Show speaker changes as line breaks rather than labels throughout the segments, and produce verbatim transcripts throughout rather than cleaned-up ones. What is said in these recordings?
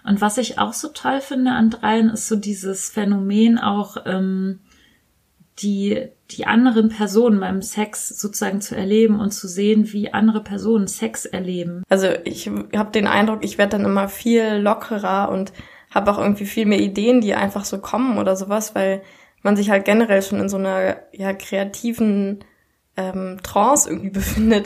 Und was ich auch so toll finde an Dreien, ist so dieses Phänomen auch, ähm, die die anderen Personen beim Sex sozusagen zu erleben und zu sehen, wie andere Personen Sex erleben.
Also ich habe den Eindruck, ich werde dann immer viel lockerer und habe auch irgendwie viel mehr Ideen, die einfach so kommen oder sowas, weil man sich halt generell schon in so einer ja kreativen ähm, Trance irgendwie befindet.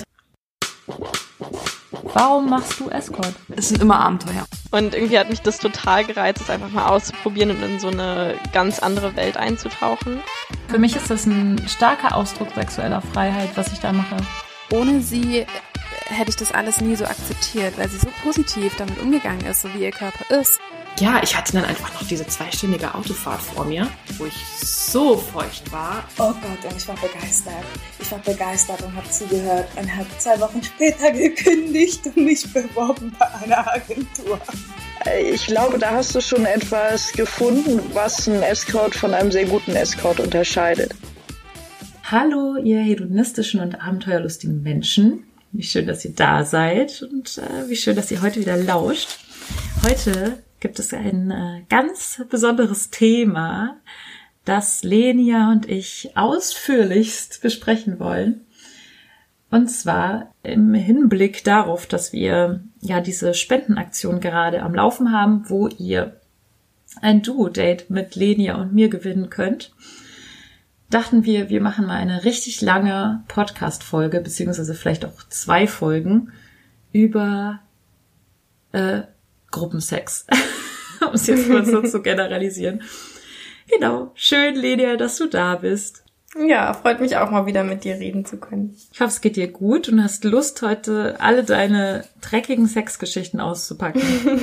Warum machst du Escort?
Es sind immer Abenteuer.
Und irgendwie hat mich das total gereizt, es einfach mal auszuprobieren und in so eine ganz andere Welt einzutauchen.
Für mich ist das ein starker Ausdruck sexueller Freiheit, was ich da mache.
Ohne sie hätte ich das alles nie so akzeptiert, weil sie so positiv damit umgegangen ist, so wie ihr Körper ist.
Ja, ich hatte dann einfach noch diese zweistündige Autofahrt vor mir, wo ich so feucht war.
Oh Gott, und ich war begeistert. Ich war begeistert und habe zugehört und habe zwei Wochen später gekündigt und mich beworben bei einer Agentur.
Ich glaube, da hast du schon etwas gefunden, was einen Escort von einem sehr guten Escort unterscheidet.
Hallo, ihr hedonistischen und abenteuerlustigen Menschen. Wie schön, dass ihr da seid und äh, wie schön, dass ihr heute wieder lauscht. Heute gibt es ein äh, ganz besonderes Thema, das Lenia und ich ausführlichst besprechen wollen. Und zwar im Hinblick darauf, dass wir ja diese Spendenaktion gerade am Laufen haben, wo ihr ein Duo-Date mit Lenia und mir gewinnen könnt. Dachten wir, wir machen mal eine richtig lange Podcast-Folge, beziehungsweise vielleicht auch zwei Folgen über äh, Gruppensex, um es jetzt mal so zu generalisieren. Genau, schön, Lenia, dass du da bist.
Ja, freut mich auch mal wieder mit dir reden zu können.
Ich hoffe, es geht dir gut und hast Lust, heute alle deine dreckigen Sexgeschichten auszupacken.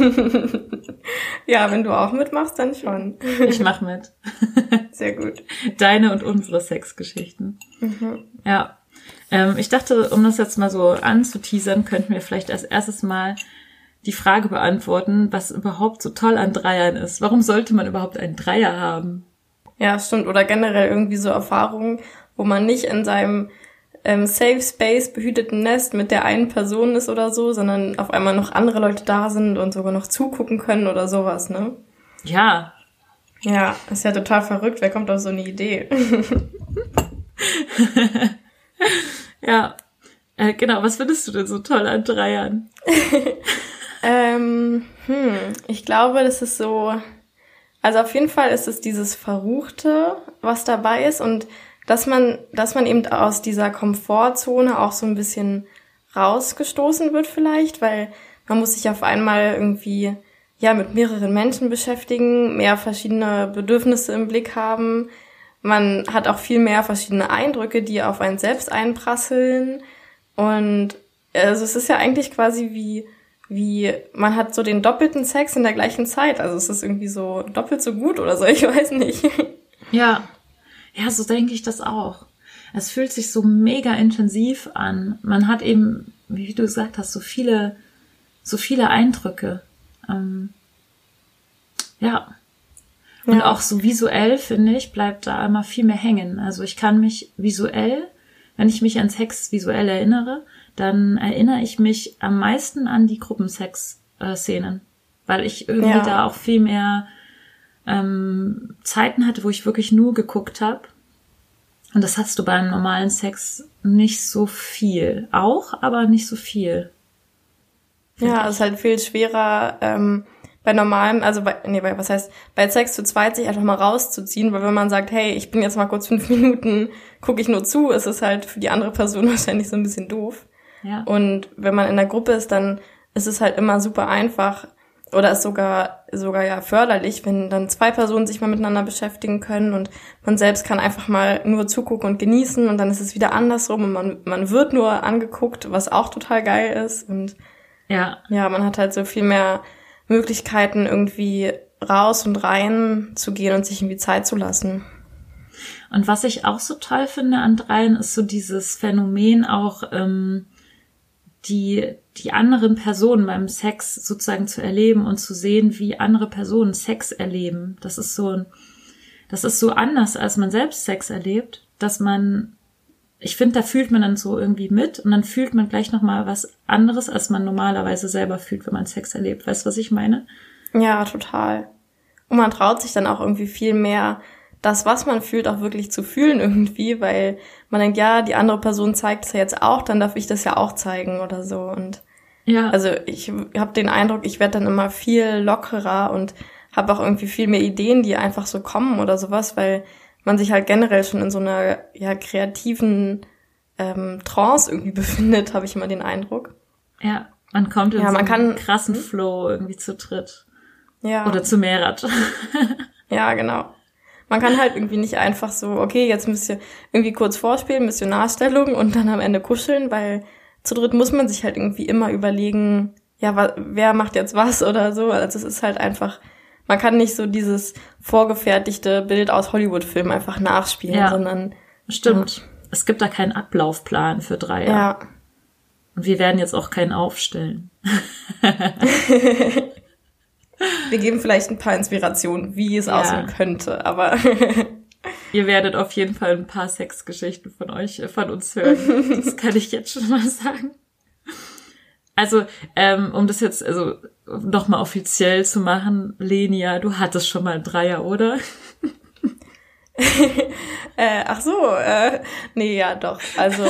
Ja, wenn du auch mitmachst, dann schon.
Ich mach mit.
Sehr gut.
Deine und unsere Sexgeschichten.
Mhm.
Ja, ähm, ich dachte, um das jetzt mal so anzuteasern, könnten wir vielleicht als erstes mal die Frage beantworten, was überhaupt so toll an Dreiern ist. Warum sollte man überhaupt einen Dreier haben?
Ja, stimmt. Oder generell irgendwie so Erfahrungen, wo man nicht in seinem ähm, Safe Space behüteten Nest mit der einen Person ist oder so, sondern auf einmal noch andere Leute da sind und sogar noch zugucken können oder sowas, ne?
Ja.
Ja, ist ja total verrückt. Wer kommt auf so eine Idee?
Ja, äh, genau. Was findest du denn so toll an Dreiern?
ähm, hm, ich glaube, das ist so... Also auf jeden Fall ist es dieses Verruchte, was dabei ist und dass man, dass man eben aus dieser Komfortzone auch so ein bisschen rausgestoßen wird vielleicht, weil man muss sich auf einmal irgendwie ja mit mehreren Menschen beschäftigen, mehr verschiedene Bedürfnisse im Blick haben. Man hat auch viel mehr verschiedene Eindrücke, die auf einen selbst einprasseln und also es ist ja eigentlich quasi wie wie, man hat so den doppelten Sex in der gleichen Zeit. Also es ist irgendwie so doppelt so gut oder so, ich weiß nicht.
Ja, ja, so denke ich das auch. Es fühlt sich so mega intensiv an. Man hat eben, wie du gesagt hast, so viele, so viele Eindrücke. Ähm, ja. Und
Ja.
auch so visuell, finde ich, bleibt da immer viel mehr hängen. Also ich kann mich visuell, wenn ich mich an Sex visuell erinnere, dann erinnere ich mich am meisten an die Gruppensex-Szenen, weil ich irgendwie
Ja.
da auch viel mehr ähm, Zeiten hatte, wo ich wirklich nur geguckt habe. Und das hast du beim normalen Sex nicht so viel. Auch, aber nicht so viel.
Ja, es ist halt viel schwerer, ähm, bei normalem, also bei, nee, bei, was heißt, bei Sex zu zweit sich einfach mal rauszuziehen, weil wenn man sagt, hey, ich bin jetzt mal kurz fünf Minuten, gucke ich nur zu, ist es halt für die andere Person wahrscheinlich so ein bisschen doof.
Ja.
Und wenn man in der Gruppe ist, dann ist es halt immer super einfach oder ist sogar sogar ja förderlich, wenn dann zwei Personen sich mal miteinander beschäftigen können und man selbst kann einfach mal nur zugucken und genießen und dann ist es wieder andersrum und man man wird nur angeguckt, was auch total geil ist und
Ja.
ja, man hat halt so viel mehr Möglichkeiten irgendwie raus und rein zu gehen und sich irgendwie Zeit zu lassen.
Und was ich auch so toll finde an Dreien, ist so dieses Phänomen auch, ähm, die die anderen Personen beim Sex sozusagen zu erleben und zu sehen, wie andere Personen Sex erleben. Das ist so, das ist so anders, als man selbst Sex erlebt, dass man, ich finde, da fühlt man dann so irgendwie mit und dann fühlt man gleich nochmal was anderes, als man normalerweise selber fühlt, wenn man Sex erlebt. Weißt du, was ich meine?
Ja, total. Und man traut sich dann auch irgendwie viel mehr, das, was man fühlt, auch wirklich zu fühlen irgendwie, weil man denkt, ja, die andere Person zeigt es ja jetzt auch, dann darf ich das ja auch zeigen oder so. Und
Ja.
also ich habe den Eindruck, ich werde dann immer viel lockerer und habe auch irgendwie viel mehr Ideen, die einfach so kommen oder sowas, weil man sich halt generell schon in so einer ja kreativen ähm, Trance irgendwie befindet, habe ich immer den Eindruck.
Ja, man kommt in
Ja,
so
man
einen
kann-
krassen Flow irgendwie zu dritt.
Ja.
Oder zu mehret.
Ja, genau. Man kann halt irgendwie nicht einfach so, okay, jetzt müsst ihr irgendwie kurz vorspielen, Missionarstellung und dann am Ende kuscheln, weil zu dritt muss man sich halt irgendwie immer überlegen, ja, wa- wer macht jetzt was oder so. Also es ist halt einfach, man kann nicht so dieses vorgefertigte Bild aus Hollywood-Filmen einfach nachspielen,
Ja.
sondern
Stimmt. Es gibt da keinen Ablaufplan für Dreier.
ja,
Und wir werden jetzt auch keinen aufstellen.
wir geben vielleicht ein paar Inspirationen, wie es
Ja.
aussehen könnte, aber
Ihr werdet auf jeden Fall ein paar Sexgeschichten von euch, äh, von uns hören. Das kann ich jetzt schon mal sagen. Also, ähm, um das jetzt also nochmal offiziell zu machen, Lenia, du hattest schon mal einen Dreier, oder?
Äh, ach so, äh, nee, ja, doch. Also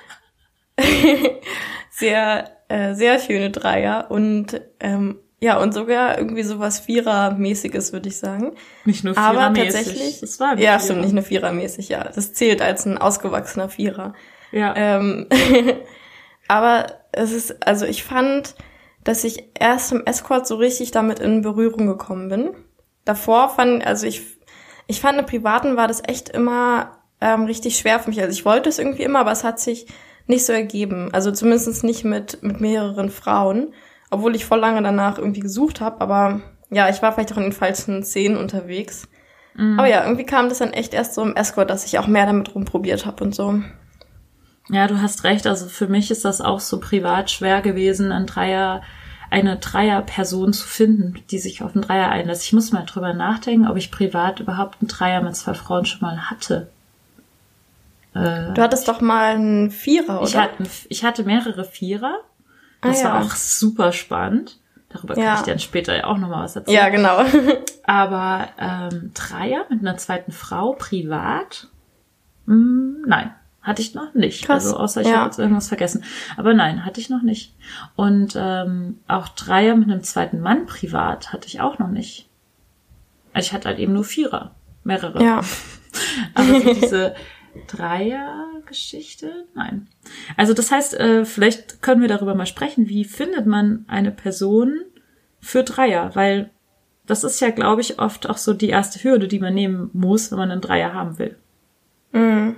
sehr, äh, sehr schöne Dreier und ähm, ja, und sogar irgendwie sowas Vierer-mäßiges, würde ich sagen.
Nicht nur
Aber
vierermäßig.
tatsächlich,
Das war ein
ja,
Vierer.
stimmt, nicht nur Vierer-mäßig, ja. Das zählt als ein ausgewachsener Vierer.
Ja.
Ähm, aber es ist, also ich fand, dass ich erst im Escort so richtig damit in Berührung gekommen bin. Davor fand, also ich, ich fand im Privaten war das echt immer ähm, richtig schwer für mich. Also ich wollte es irgendwie immer, aber es hat sich nicht so ergeben. Also zumindest nicht mit mit mehreren Frauen, obwohl ich voll lange danach irgendwie gesucht habe. Aber ja, ich war vielleicht auch in den falschen Szenen unterwegs.
Mhm.
Aber ja, irgendwie kam das dann echt erst so im Escort, dass ich auch mehr damit rumprobiert habe und so.
Ja, du hast recht. Also für mich ist das auch so privat schwer gewesen, ein Dreier, eine Dreier-Person zu finden, die sich auf einen Dreier einlässt. Ich muss mal drüber nachdenken, ob ich privat überhaupt einen Dreier mit zwei Frauen schon mal hatte. Äh,
Du hattest doch mal einen Vierer, oder?
ich, hatte, ich hatte mehrere Vierer. Das
Ah, ja.
war auch super spannend. Darüber kann
Ja.
ich dir dann später ja auch nochmal was erzählen.
Ja, genau.
Aber ähm, Dreier mit einer zweiten Frau privat? Hm, nein, hatte ich noch nicht.
Krass,
Also außer ich
ja.
habe jetzt irgendwas vergessen. Aber nein, hatte ich noch nicht. Und ähm, auch Dreier mit einem zweiten Mann privat hatte ich auch noch nicht. Also ich hatte halt eben nur Vierer, mehrere.
Ja.
Aber so diese Dreier-Geschichte? Nein. Also das heißt, äh, vielleicht können wir darüber mal sprechen, wie findet man eine Person für Dreier? Weil das ist ja, glaube ich, oft auch so die erste Hürde, die man nehmen muss, wenn man einen Dreier haben will.
Mhm.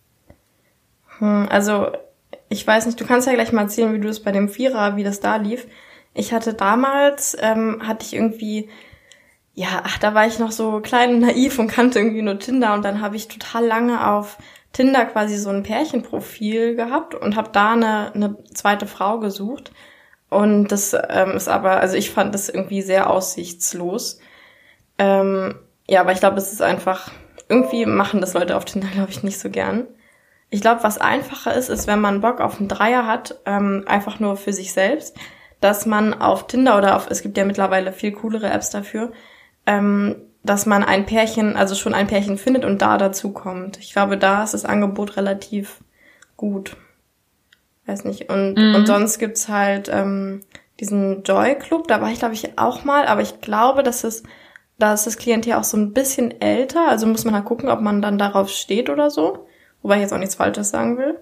Hm, also, ich weiß nicht, du kannst ja gleich mal erzählen, wie du das bei dem Vierer, wie das da lief. Ich hatte damals, ähm, hatte ich irgendwie, ja, ach, da war ich noch so klein und naiv und kannte irgendwie nur Tinder und dann habe ich total lange auf Tinder quasi so ein Pärchenprofil gehabt und habe da eine, eine zweite Frau gesucht. Und das ähm, ist aber, also ich fand das irgendwie sehr aussichtslos. Ähm, ja, aber ich glaube, es ist einfach, irgendwie machen das Leute auf Tinder, glaube ich, nicht so gern. Ich glaube, was einfacher ist, ist, wenn man Bock auf einen Dreier hat, ähm, einfach nur für sich selbst, dass man auf Tinder oder auf, es gibt ja mittlerweile viel coolere Apps dafür, ähm, dass man ein Pärchen, also schon ein Pärchen findet und da dazu kommt. Ich glaube, da ist das Angebot relativ gut. Weiß nicht. Und,
Mhm.
und sonst gibt's halt ähm, diesen Joy Club, da war ich, glaube ich, auch mal, aber ich glaube, dass es, da ist das Klientel auch so ein bisschen älter, also muss man halt gucken, ob man dann darauf steht oder so. Wobei ich jetzt auch nichts Falsches sagen will.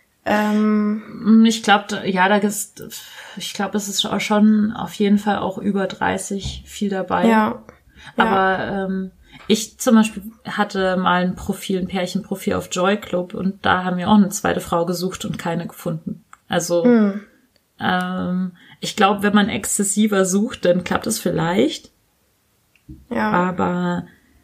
Ähm,
Ich glaube, ja, da ist, ich glaube, es ist auch schon auf jeden Fall auch über dreißig viel dabei.
ja. ja.
Aber ähm, ich zum Beispiel hatte mal ein Profil, ein Pärchenprofil auf Joy Club und da haben wir auch eine zweite Frau gesucht und keine gefunden. Also
Hm.
ähm, ich glaube, wenn man exzessiver sucht, dann klappt es vielleicht.
Ja.
Aber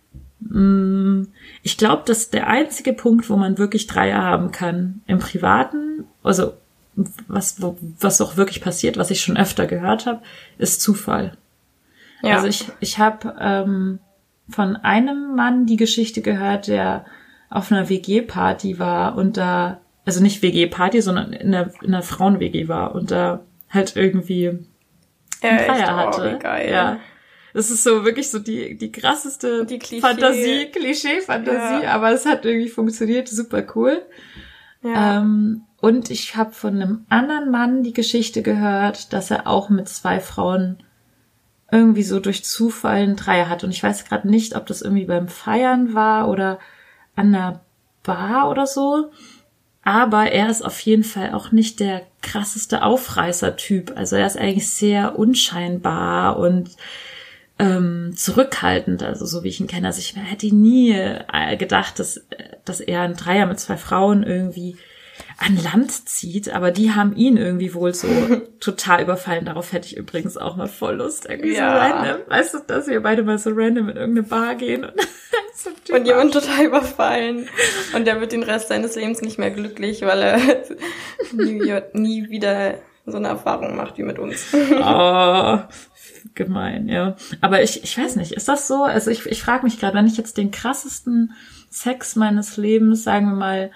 mh, ich glaube, dass der einzige Punkt, wo man wirklich Dreier haben kann im Privaten, also was wo, was auch wirklich passiert, was ich schon öfter gehört habe, ist Zufall.
ja.
Also ich ich habe ähm, von einem Mann die Geschichte gehört, der auf einer W G-Party war und da, also nicht W G-Party, sondern in einer, in einer Frauen-W G war und da halt irgendwie einen
Echt?
Dreier
Oh,
hatte.
wie geil.
Ja. Das ist so wirklich so die die krasseste
Die Klischee.
Fantasie, Klischee-Fantasie,
Ja.
aber es hat irgendwie funktioniert, super cool.
Ja.
Ähm, und ich habe von einem anderen Mann die Geschichte gehört, dass er auch mit zwei Frauen irgendwie so durch Zufall einen Dreier hat. Und ich weiß gerade nicht, ob das irgendwie beim Feiern war oder an einer Bar oder so. Aber er ist auf jeden Fall auch nicht der krasseste Aufreißer-Typ. Also er ist eigentlich sehr unscheinbar und ähm, zurückhaltend, also so wie ich ihn kenne. Also ich hätte nie äh, gedacht, dass, dass er einen Dreier mit zwei Frauen irgendwie an Land zieht, aber die haben ihn irgendwie wohl so total überfallen. Darauf hätte ich übrigens auch mal voll Lust. Irgendwie
Ja.
so random. Weißt du, dass wir beide mal so random in irgendeine Bar gehen und so ein Typ
Und jemand total überfallen. Und der wird den Rest seines Lebens nicht mehr glücklich, weil er nie, nie wieder so eine Erfahrung macht wie mit uns.
Oh, gemein, ja. Aber ich, ich weiß nicht, ist das so? Also ich, ich frage mich gerade, wenn ich jetzt den krassesten Sex meines Lebens, sagen wir mal,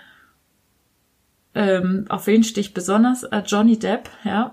ähm, auf wen stehe ich besonders? Äh, Johnny Depp, ja.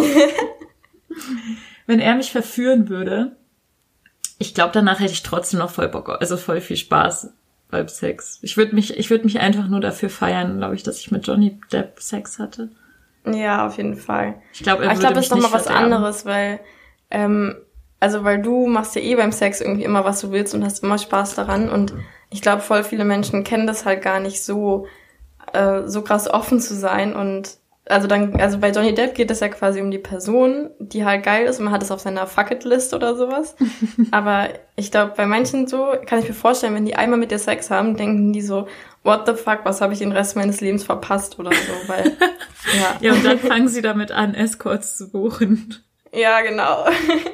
Wenn er mich verführen würde, ich glaube, danach hätte ich trotzdem noch voll Bock, also voll viel Spaß beim Sex. Ich würde mich, ich würde mich einfach nur dafür feiern, glaube ich, dass ich mit Johnny Depp Sex hatte.
Ja, auf jeden Fall.
Ich glaube, er
Aber ich
würde
glaube,
mich
das ist nochmal
nicht
was
verderben.
anderes, weil, ähm, also weil du machst ja eh beim Sex irgendwie immer, was du willst und hast immer Spaß daran. Und ich glaube, voll viele Menschen kennen das halt gar nicht so, äh, so krass offen zu sein. Und also dann, also bei Johnny Depp geht es ja quasi um die Person, die halt geil ist und man hat es auf seiner Fuck-It-List oder sowas. Aber ich glaube, bei manchen so, kann ich mir vorstellen, wenn die einmal mit dir Sex haben, denken die so, what the fuck, was habe ich den Rest meines Lebens verpasst oder so, weil, ja.
Ja, und dann fangen sie damit an, Escorts zu buchen.
Ja, genau.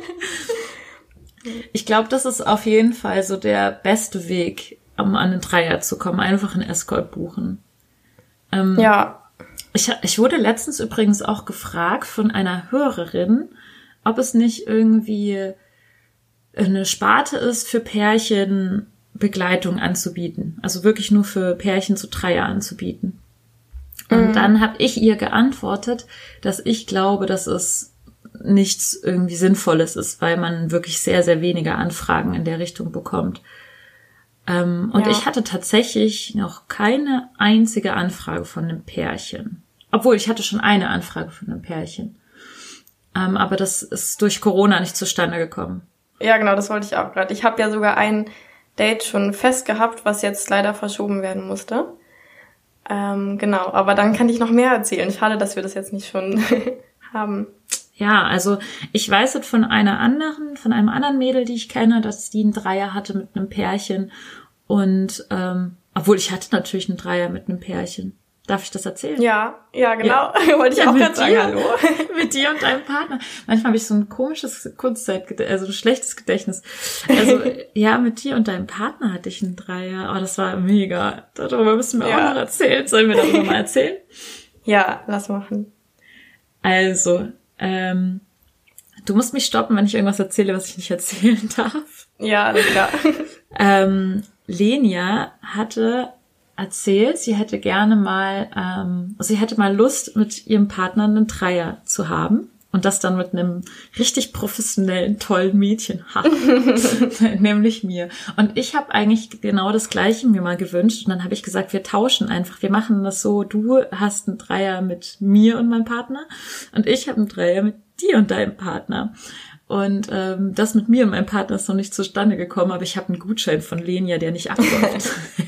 Ich glaube, das ist auf jeden Fall so der beste Weg, um an einen Dreier zu kommen. Einfach einen Escort buchen. Ähm,
Ja.
Ich, ich wurde letztens übrigens auch gefragt von einer Hörerin, ob es nicht irgendwie eine Sparte ist, für Pärchen Begleitung anzubieten. Also wirklich nur für Pärchen zu Dreier anzubieten. Und
Mhm.
dann habe ich ihr geantwortet, dass ich glaube, dass es nichts irgendwie Sinnvolles ist, weil man wirklich sehr, sehr wenige Anfragen in der Richtung bekommt. Ähm, und
Ja.
ich hatte tatsächlich noch keine einzige Anfrage von einem Pärchen. Obwohl, ich hatte schon eine Anfrage von einem Pärchen. Ähm, aber das ist durch Corona nicht zustande gekommen.
Ja, genau, das wollte ich auch gerade. Ich habe ja sogar ein Date schon fest gehabt, was jetzt leider verschoben werden musste. Ähm, genau, aber dann kann ich noch mehr erzählen. Schade, dass wir das jetzt nicht schon haben.
Ja, also ich weiß jetzt von einer anderen, von einem anderen Mädel, die ich kenne, dass die einen Dreier hatte mit einem Pärchen. Und ähm, obwohl ich hatte natürlich einen Dreier mit einem Pärchen. Darf ich das erzählen?
Ja, ja, genau.
Ja.
Wollte ich
Ja,
auch
mit
gerade sagen,
dir.
hallo.
Mit dir und deinem Partner. Manchmal habe ich so ein komisches Kurzzeitgedächtnis, also ein schlechtes Gedächtnis. Also ja, mit dir und deinem Partner hatte ich einen Dreier. Oh, das war mega. Darüber müssen wir
Ja.
auch noch erzählen. Sollen wir darüber mal erzählen?
Ja, lass machen.
Also, ähm, du musst mich stoppen, wenn ich irgendwas erzähle, was ich nicht erzählen darf.
Ja, alles klar.
Ähm, Lenia hatte erzählt, sie hätte gerne mal, ähm, sie hätte mal Lust, mit ihrem Partner einen Dreier zu haben. Und das dann mit einem richtig professionellen, tollen Mädchen. Ha. Nämlich mir. Und ich habe eigentlich genau das Gleiche mir mal gewünscht. Und dann habe ich gesagt, wir tauschen einfach. Wir machen das so, du hast einen Dreier mit mir und meinem Partner. Und ich habe einen Dreier mit dir und deinem Partner. Und ähm, das mit mir und meinem Partner ist noch nicht zustande gekommen, aber ich habe einen Gutschein von Lenia, der nicht abläuft.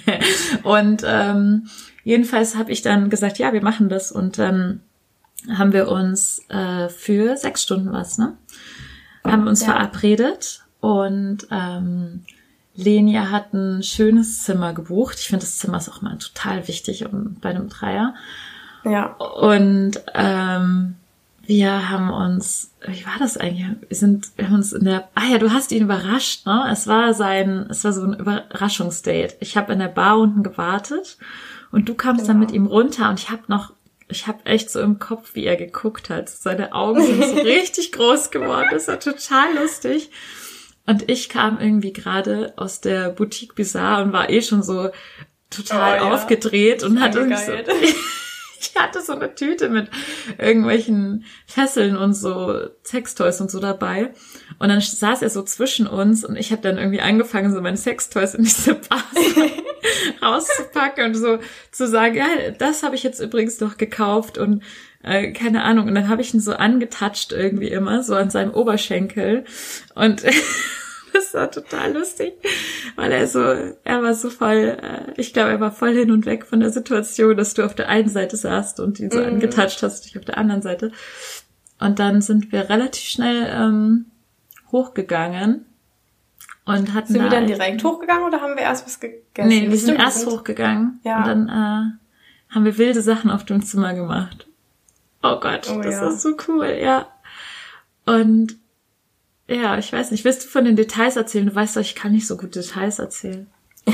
Und ähm, jedenfalls habe ich dann gesagt, ja, wir machen das. Und dann haben wir uns äh, für sechs Stunden was, ne? Haben wir uns
Ja.
verabredet und ähm, Lenia hat ein schönes Zimmer gebucht. Ich finde, das Zimmer ist auch mal total wichtig um, bei einem Dreier.
Ja.
Und ähm, wir haben uns, wie war das eigentlich? Wir sind, wir haben uns in der, ah ja, du hast ihn überrascht, ne? Es war sein, es war so ein Überraschungsdate. Ich habe in der Bar unten gewartet und du kamst dann
Genau.
mit ihm runter und ich habe noch, ich habe echt so im Kopf, wie er geguckt hat. Seine Augen sind so richtig groß geworden. Das war total lustig. Und ich kam irgendwie gerade aus der Boutique Bizarre und war eh schon so total
Oh ja.
aufgedreht und hatte irgendwie so,
Angegeilt.
ich hatte so eine Tüte mit irgendwelchen Fesseln und so Sextoys und so dabei. Und dann saß er so zwischen uns und ich habe dann irgendwie angefangen, so meine Sextoys in diese Vase rauszupacken und so zu sagen, ja, das habe ich jetzt übrigens noch gekauft und äh, keine Ahnung. Und dann habe ich ihn so angetatscht irgendwie immer, so an seinem Oberschenkel. Und das war total lustig, weil er so, er war so voll, äh, ich glaube, er war voll hin und weg von der Situation, dass du auf der einen Seite saßt und ihn so mm. angetatscht hast, ich auf der anderen Seite. Und dann sind wir relativ schnell ähm, hochgegangen und hatten
Sind
da
wir dann direkt hochgegangen oder haben wir erst was gegessen?
Nee, wir sind
Stimmt,
erst
wir sind
hochgegangen
ja.
und dann äh, haben wir wilde Sachen auf dem Zimmer gemacht. Oh Gott,
oh,
das
ja.
ist so cool, ja. Und ja, ich weiß nicht, willst du von den Details erzählen? Du weißt doch, ich kann nicht so gut Details erzählen.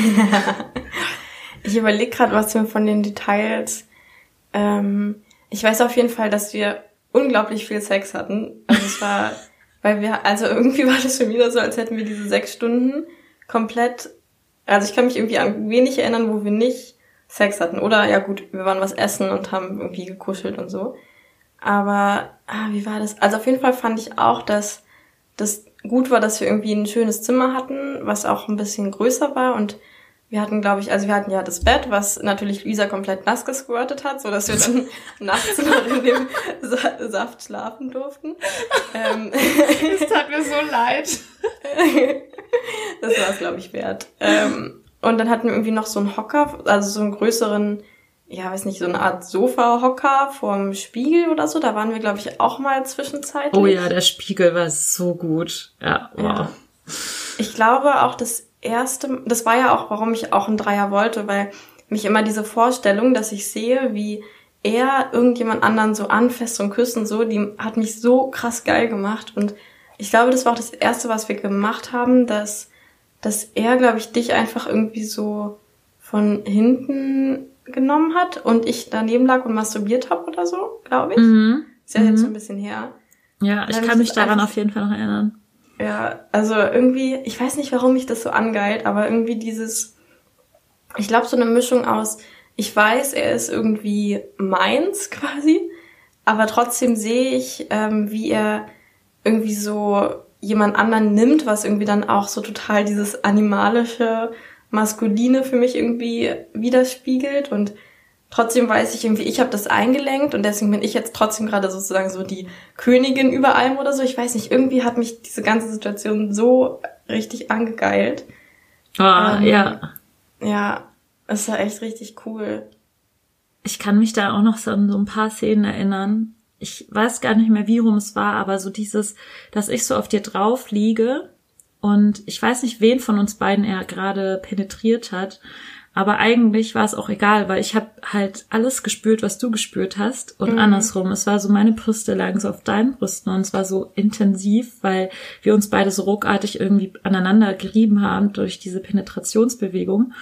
Ich überlege gerade, was wir von den Details... Ähm, ich weiß auf jeden Fall, dass wir unglaublich viel Sex hatten. Also es war... Weil wir, also irgendwie war das schon wieder so, als hätten wir diese sechs Stunden komplett... Also ich kann mich irgendwie an wenig erinnern, wo wir nicht Sex hatten. Oder, ja gut, wir waren was essen und haben irgendwie gekuschelt und so. Aber, ah, wie war das? Also auf jeden Fall fand ich auch, dass das gut war, dass wir irgendwie ein schönes Zimmer hatten, was auch ein bisschen größer war und wir hatten, glaube ich, also wir hatten ja das Bett, was natürlich Luisa komplett nass gesquirtet hat, so dass wir dann nachts noch in dem Sa- Saft schlafen durften. Ähm,
Es tat mir so leid.
Das war es, glaube ich, wert. Ähm, und dann hatten wir irgendwie noch so einen Hocker, also so einen größeren, ja, weiß nicht, so eine Art Sofa-Hocker vorm Spiegel oder so. Da waren wir, glaube ich, auch mal zwischenzeitlich.
Oh ja, der Spiegel war so gut. Ja, wow.
Ja. Ich glaube auch das erste, das war ja auch, warum ich auch einen Dreier wollte, weil mich immer diese Vorstellung, dass ich sehe, wie er irgendjemand anderen so anfasst und küsst und so, die hat mich so krass geil gemacht. Und ich glaube, das war auch das Erste, was wir gemacht haben, dass, dass er, glaube ich, dich einfach irgendwie so von hinten genommen hat und ich daneben lag und masturbiert habe oder so, glaube ich.
Mhm.
Ist ja
mhm.
jetzt schon ein bisschen her.
Ja, ich kann mich daran auf jeden Fall noch erinnern.
Ja, also irgendwie, ich weiß nicht, warum mich das so angeilt, aber irgendwie dieses, ich glaube, so eine Mischung aus, ich weiß, er ist irgendwie meins quasi, aber trotzdem sehe ich, ähm, wie er irgendwie so jemand anderen nimmt, was irgendwie dann auch so total dieses animalische, maskuline für mich irgendwie widerspiegelt und trotzdem weiß ich irgendwie, ich habe das eingelenkt und deswegen bin ich jetzt trotzdem gerade sozusagen so die Königin über allem oder so. Ich weiß nicht, irgendwie hat mich diese ganze Situation so richtig angegeilt.
Ah,
ähm,
ja.
Ja, es war echt richtig cool.
Ich kann mich da auch noch so an so ein paar Szenen erinnern. Ich weiß gar nicht mehr, wie rum es war, aber so dieses, dass ich so auf dir drauf liege und ich weiß nicht, wen von uns beiden er gerade penetriert hat. Aber eigentlich war es auch egal, weil ich habe halt alles gespürt, was du gespürt hast und mhm. andersrum. Es war so, meine Brüste lagen so auf deinen Brüsten und es war so intensiv, weil wir uns beide so ruckartig irgendwie aneinander gerieben haben durch diese Penetrationsbewegung.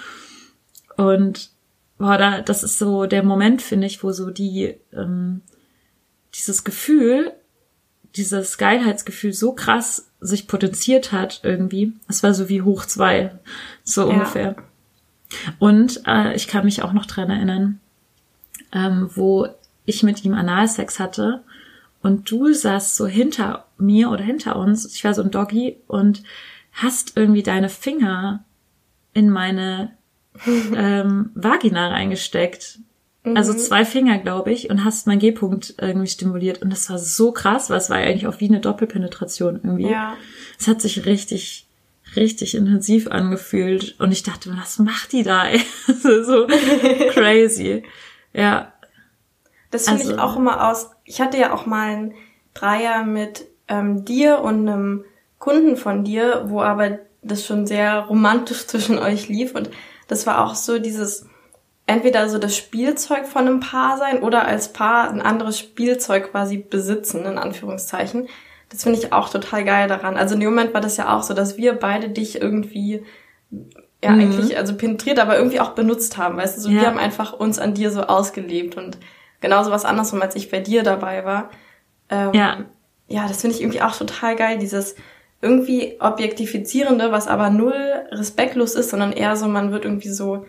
Und boah, da, das ist so der Moment, finde ich, wo so die ähm, dieses Gefühl, dieses Geilheitsgefühl so krass sich potenziert hat irgendwie. Es war so wie hoch zwei, so
ja.
ungefähr. Und äh, ich kann mich auch noch dran erinnern, ähm, wo ich mit ihm Analsex hatte und du saßt so hinter mir oder hinter uns, ich war so ein Doggy und hast irgendwie deine Finger in meine ähm, Vagina reingesteckt. Mhm. Also zwei Finger, glaube ich, und hast meinen G-Punkt irgendwie stimuliert und das war so krass, weil es war eigentlich auch wie eine Doppelpenetration irgendwie.
Ja.
Es hat sich richtig richtig intensiv angefühlt und ich dachte, was macht die da, ey? So crazy. Ja.
Das finde
also,
ich auch immer aus, ich hatte ja auch mal einen Dreier mit ähm, dir und einem Kunden von dir, wo aber das schon sehr romantisch zwischen euch lief und das war auch so dieses, entweder so das Spielzeug von einem Paar sein oder als Paar ein anderes Spielzeug quasi besitzen, in Anführungszeichen. Das finde ich auch total geil daran. Also in dem Moment war das ja auch so, dass wir beide dich irgendwie, ja mhm. eigentlich, also penetriert, aber irgendwie auch benutzt haben, weißt du, so ja. wir haben einfach uns an dir so ausgelebt und genauso was andersrum, als ich bei dir dabei war. Ähm,
ja.
Ja, das finde ich irgendwie auch total geil, dieses irgendwie Objektifizierende, was aber null respektlos ist, sondern eher so, man wird irgendwie so,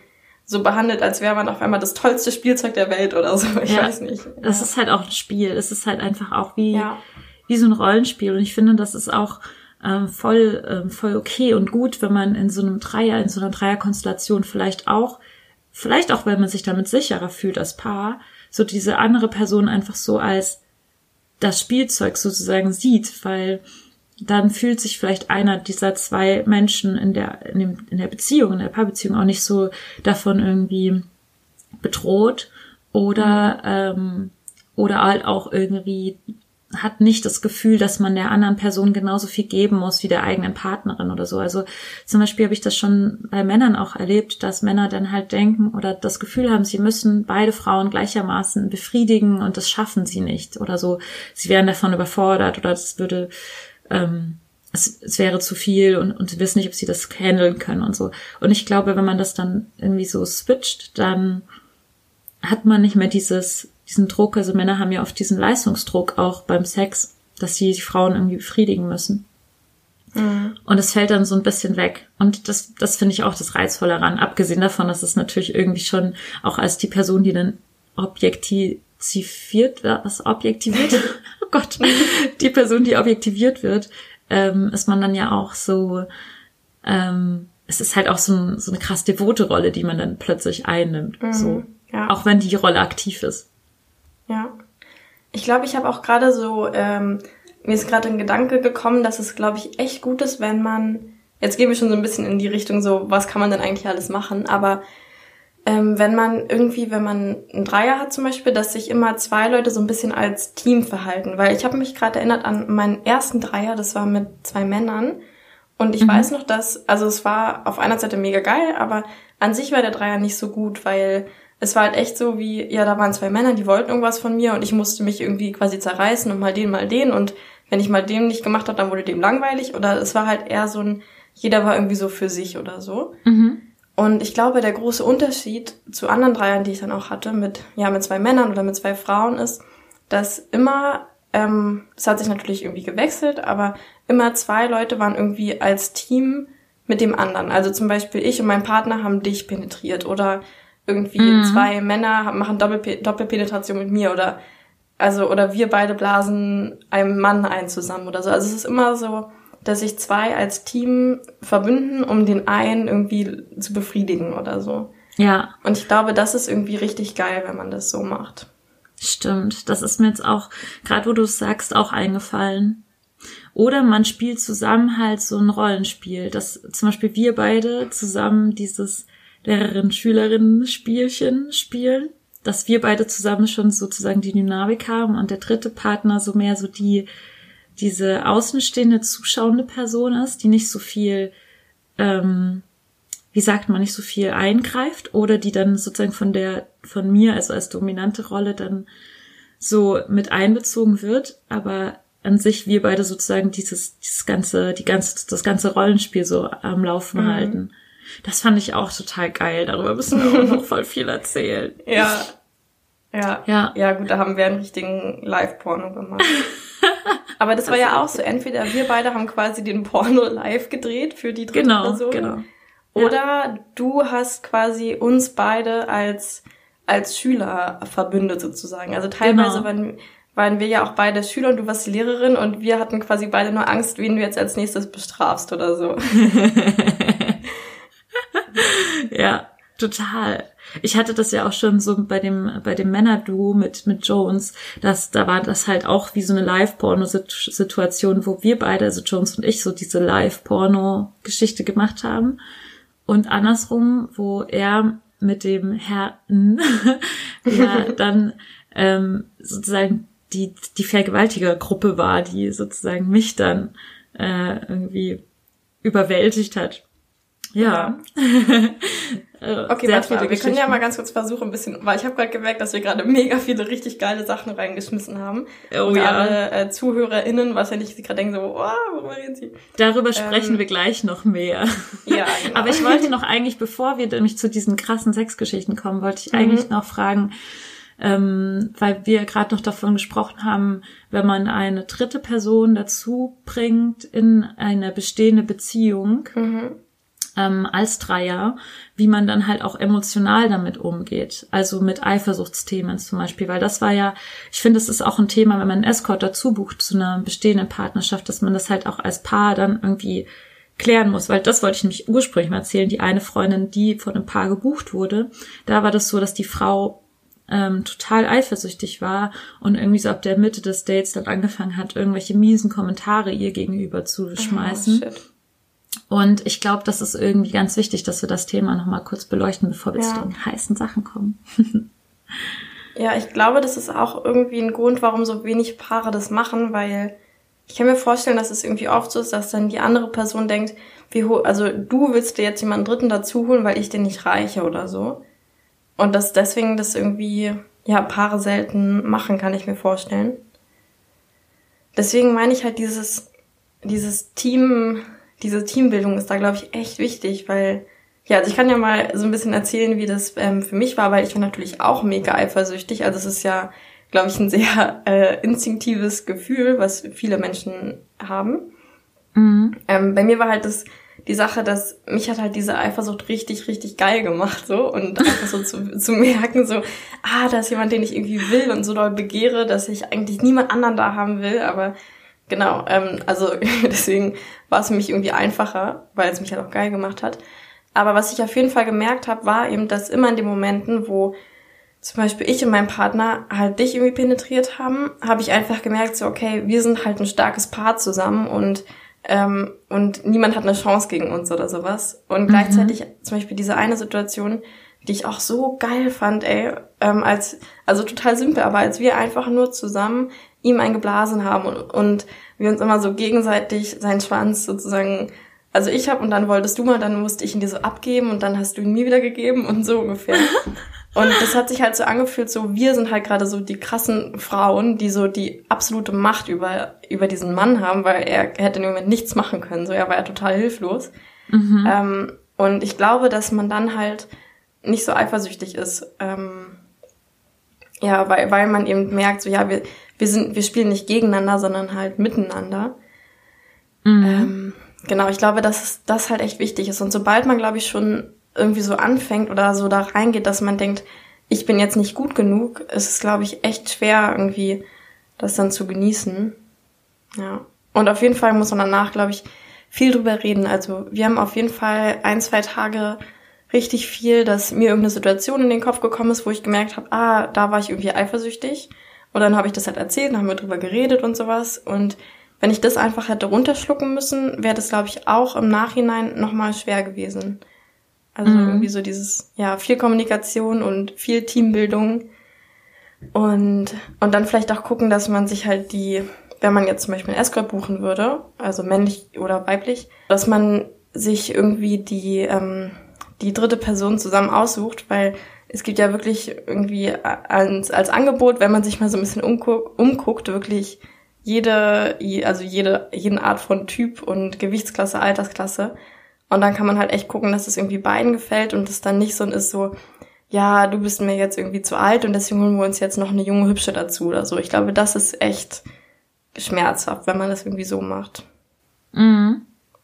so behandelt, als wäre man auf einmal das tollste Spielzeug der Welt oder so. Ich
ja,
weiß nicht.
Das
ja.
ist halt auch ein Spiel. Es ist halt einfach auch wie,
ja.
wie so ein Rollenspiel. Und ich finde, das ist auch ähm, voll, ähm, voll okay und gut, wenn man in so einem Dreier, in so einer Dreierkonstellation vielleicht auch, vielleicht auch, weil man sich damit sicherer fühlt als Paar, so diese andere Person einfach so als das Spielzeug sozusagen sieht, weil dann fühlt sich vielleicht einer dieser zwei Menschen in der, in dem, in der Beziehung, in der Paarbeziehung auch nicht so davon irgendwie bedroht oder, ähm, oder halt auch irgendwie hat nicht das Gefühl, dass man der anderen Person genauso viel geben muss wie der eigenen Partnerin oder so. Also zum Beispiel habe ich das schon bei Männern auch erlebt, dass Männer dann halt denken oder das Gefühl haben, sie müssen beide Frauen gleichermaßen befriedigen und das schaffen sie nicht oder so. Sie wären davon überfordert oder das würde Ähm, es, es wäre zu viel und, und sie wissen nicht, ob sie das handeln können und so. Und ich glaube, wenn man das dann irgendwie so switcht, dann hat man nicht mehr dieses, diesen Druck. Also Männer haben ja oft diesen Leistungsdruck auch beim Sex, dass sie die Frauen irgendwie befriedigen müssen. Mhm. Und es fällt dann so ein bisschen weg. Und das, das finde ich auch das Reizvolle daran. Abgesehen davon, dass es natürlich irgendwie schon auch als die Person, die dann objektiviert, was objektiviert? Oh Gott, die Person, die objektiviert wird, ähm, ist man dann ja auch so, ähm, es ist halt auch so, ein, so eine krass devote Rolle, die man dann plötzlich einnimmt, mhm, so, ja. Auch wenn die Rolle aktiv ist.
Ja, ich glaube, ich habe auch gerade so, ähm, mir ist gerade ein Gedanke gekommen, dass es, glaube ich, echt gut ist, wenn man, jetzt gehen wir schon so ein bisschen in die Richtung so, was kann man denn eigentlich alles machen, aber Ähm, wenn man irgendwie, wenn man einen Dreier hat zum Beispiel, dass sich immer zwei Leute so ein bisschen als Team verhalten. Weil ich habe mich gerade erinnert an meinen ersten Dreier, das war mit zwei Männern. Und ich mhm. weiß noch, dass, also es war auf einer Seite mega geil, aber an sich war der Dreier nicht so gut, weil es war halt echt so wie, ja, da waren zwei Männer, die wollten irgendwas von mir und ich musste mich irgendwie quasi zerreißen und mal den, mal den. Und wenn ich mal den nicht gemacht habe, dann wurde dem langweilig. Oder es war halt eher so ein, jeder war irgendwie so für sich oder so. Mhm. Und ich glaube, der große Unterschied zu anderen Dreiern, die ich dann auch hatte, mit ja mit zwei Männern oder mit zwei Frauen, ist, dass immer, ähm, das hat sich natürlich irgendwie gewechselt, aber immer zwei Leute waren irgendwie als Team mit dem anderen. Also zum Beispiel ich und mein Partner haben dich penetriert oder irgendwie mhm. zwei Männer machen Doppelpe- Doppelpenetration mit mir oder also oder wir beide blasen einem Mann ein zusammen oder so. Also es ist immer so, dass sich zwei als Team verbünden, um den einen irgendwie zu befriedigen oder so.
Ja.
Und ich glaube, das ist irgendwie richtig geil, wenn man das so macht.
Stimmt. Das ist mir jetzt auch, gerade wo du es sagst, auch eingefallen. Oder man spielt zusammen halt so ein Rollenspiel, dass zum Beispiel wir beide zusammen dieses Lehrerin-Schülerinnen-Spielchen spielen, dass wir beide zusammen schon sozusagen die Dynamik haben und der dritte Partner so mehr so die diese außenstehende, zuschauende Person ist, die nicht so viel, ähm, wie sagt man, nicht so viel eingreift oder die dann sozusagen von der, von mir, also als dominante Rolle dann so mit einbezogen wird, aber an sich wir beide sozusagen dieses, dieses ganze, die ganze, das ganze Rollenspiel so am Laufen mhm. halten. Das fand ich auch total geil. Darüber müssen wir auch noch voll viel erzählen.
Ja. Ja.
Ja.
Ja, gut, da haben wir einen richtigen Live-Porno gemacht. Aber das war das ja auch so, entweder wir beide haben quasi den Porno live gedreht für die dritte
genau,
Person.
Genau, genau.
Oder ja. du hast quasi uns beide als als Schüler verbündet sozusagen. Also teilweise genau. waren, waren wir ja auch beide Schüler und du warst die Lehrerin und wir hatten quasi beide nur Angst, wen du jetzt als nächstes bestrafst oder so.
Ja, total. Ich hatte das ja auch schon so bei dem bei dem Männerduo mit mit Jones, dass da war das halt auch wie so eine Live-Porno-Situation, wo wir beide, also Jones und ich, so diese Live-Porno-Geschichte gemacht haben und andersrum, wo er mit dem Herrn ja dann ähm, sozusagen die die Vergewaltigergruppe war, die sozusagen mich dann äh, irgendwie überwältigt hat. Ja.
ja. Okay, warte, wir können ja mal ganz kurz versuchen, ein bisschen, weil ich habe gerade gemerkt, dass wir gerade mega viele richtig geile Sachen reingeschmissen haben.
Oh
und
ja.
alle äh, ZuhörerInnen wahrscheinlich gerade denken so, oh, worüber reden sie?
Darüber sprechen ähm, wir gleich noch mehr.
Ja, genau.
Aber ich wollte noch eigentlich, bevor wir nämlich zu diesen krassen Sexgeschichten kommen, wollte ich mhm. eigentlich noch fragen, ähm, weil wir gerade noch davon gesprochen haben, wenn man eine dritte Person dazu bringt in eine bestehende Beziehung,
mhm.
ähm, als Dreier, wie man dann halt auch emotional damit umgeht. Also mit Eifersuchtsthemen zum Beispiel, weil das war ja, ich finde, es ist auch ein Thema, wenn man einen Escort dazu bucht zu einer bestehenden Partnerschaft, dass man das halt auch als Paar dann irgendwie klären muss, weil das wollte ich nämlich ursprünglich mal erzählen. Die eine Freundin, die von einem Paar gebucht wurde, da war das so, dass die Frau ähm, total eifersüchtig war und irgendwie so ab der Mitte des Dates dann angefangen hat, irgendwelche miesen Kommentare ihr gegenüber zu schmeißen.
Oh, shit.
Und ich glaube, das ist irgendwie ganz wichtig, dass wir das Thema nochmal kurz beleuchten, bevor wir
Ja.
zu den heißen Sachen kommen.
Ja, ich glaube, das ist auch irgendwie ein Grund, warum so wenig Paare das machen, weil ich kann mir vorstellen, dass es irgendwie oft so ist, dass dann die andere Person denkt, wie ho- also du willst dir jetzt jemanden Dritten dazu holen, weil ich den nicht reiche oder so. Und dass deswegen das irgendwie, ja, Paare selten machen, kann ich mir vorstellen. Deswegen meine ich halt, dieses, dieses Team, diese Teambildung ist da, glaube ich, echt wichtig, weil, ja, also ich kann ja mal so ein bisschen erzählen, wie das ähm, für mich war, weil ich war natürlich auch mega eifersüchtig. Also es ist ja, glaube ich, ein sehr äh, instinktives Gefühl, was viele Menschen haben.
Mhm.
Ähm, bei mir war halt das die Sache, dass mich hat halt diese Eifersucht richtig, richtig geil gemacht, so. Und einfach so zu, zu merken, so, ah, da ist jemand, den ich irgendwie will und so doll begehre, dass ich eigentlich niemand anderen da haben will. Aber genau, ähm, also deswegen war es für mich irgendwie einfacher, weil es mich halt auch geil gemacht hat. Aber was ich auf jeden Fall gemerkt habe, war eben, dass immer in den Momenten, wo zum Beispiel ich und mein Partner halt dich irgendwie penetriert haben, habe ich einfach gemerkt, so, okay, wir sind halt ein starkes Paar zusammen und ähm, und niemand hat eine Chance gegen uns oder sowas. Und mhm. gleichzeitig zum Beispiel diese eine Situation, die ich auch so geil fand, ey, ähm, als, also total simpel, aber als wir einfach nur zusammen ihm eingeblasen haben und, und wir uns immer so gegenseitig seinen Schwanz sozusagen, also ich hab und dann wolltest du mal, dann musste ich ihn dir so abgeben und dann hast du ihn mir wieder gegeben und so ungefähr. Und das hat sich halt so angefühlt, so wir sind halt gerade so die krassen Frauen, die so die absolute Macht über über diesen Mann haben, weil er, er hätte in dem Moment nichts machen können, so er war ja total hilflos. Mhm. Ähm, und ich glaube, dass man dann halt nicht so eifersüchtig ist, ähm, ja, weil weil man eben merkt, so ja, wir wir sind wir spielen nicht gegeneinander, sondern halt miteinander. Mhm. Ähm, genau, ich glaube, dass das halt echt wichtig ist. Und sobald man, glaube ich, schon irgendwie so anfängt oder so da reingeht, dass man denkt, ich bin jetzt nicht gut genug, ist es, glaube ich, echt schwer, irgendwie das dann zu genießen. Ja. Und auf jeden Fall muss man danach, glaube ich, viel drüber reden. Also wir haben auf jeden Fall ein, zwei Tage richtig viel, dass mir irgendeine Situation in den Kopf gekommen ist, wo ich gemerkt habe, ah, da war ich irgendwie eifersüchtig. Und dann habe ich das halt erzählt, dann haben wir drüber geredet und sowas. Und wenn ich das einfach hätte runterschlucken müssen, wäre das, glaube ich, auch im Nachhinein nochmal schwer gewesen. Also mhm. irgendwie so dieses, ja, viel Kommunikation und viel Teambildung und und dann vielleicht auch gucken, dass man sich halt die, wenn man jetzt zum Beispiel einen Escort buchen würde, also männlich oder weiblich, dass man sich irgendwie die ähm, die dritte Person zusammen aussucht, weil es gibt ja wirklich irgendwie als, als Angebot, wenn man sich mal so ein bisschen umguckt, umguckt wirklich jede, also jede, jede Art von Typ und Gewichtsklasse, Altersklasse. Und dann kann man halt echt gucken, dass es irgendwie beiden gefällt und es dann nicht so ist so, ja, du bist mir jetzt irgendwie zu alt und deswegen holen wir uns jetzt noch eine junge Hübsche dazu oder so. Ich glaube, das ist echt schmerzhaft, wenn man das irgendwie so macht.
Mhm.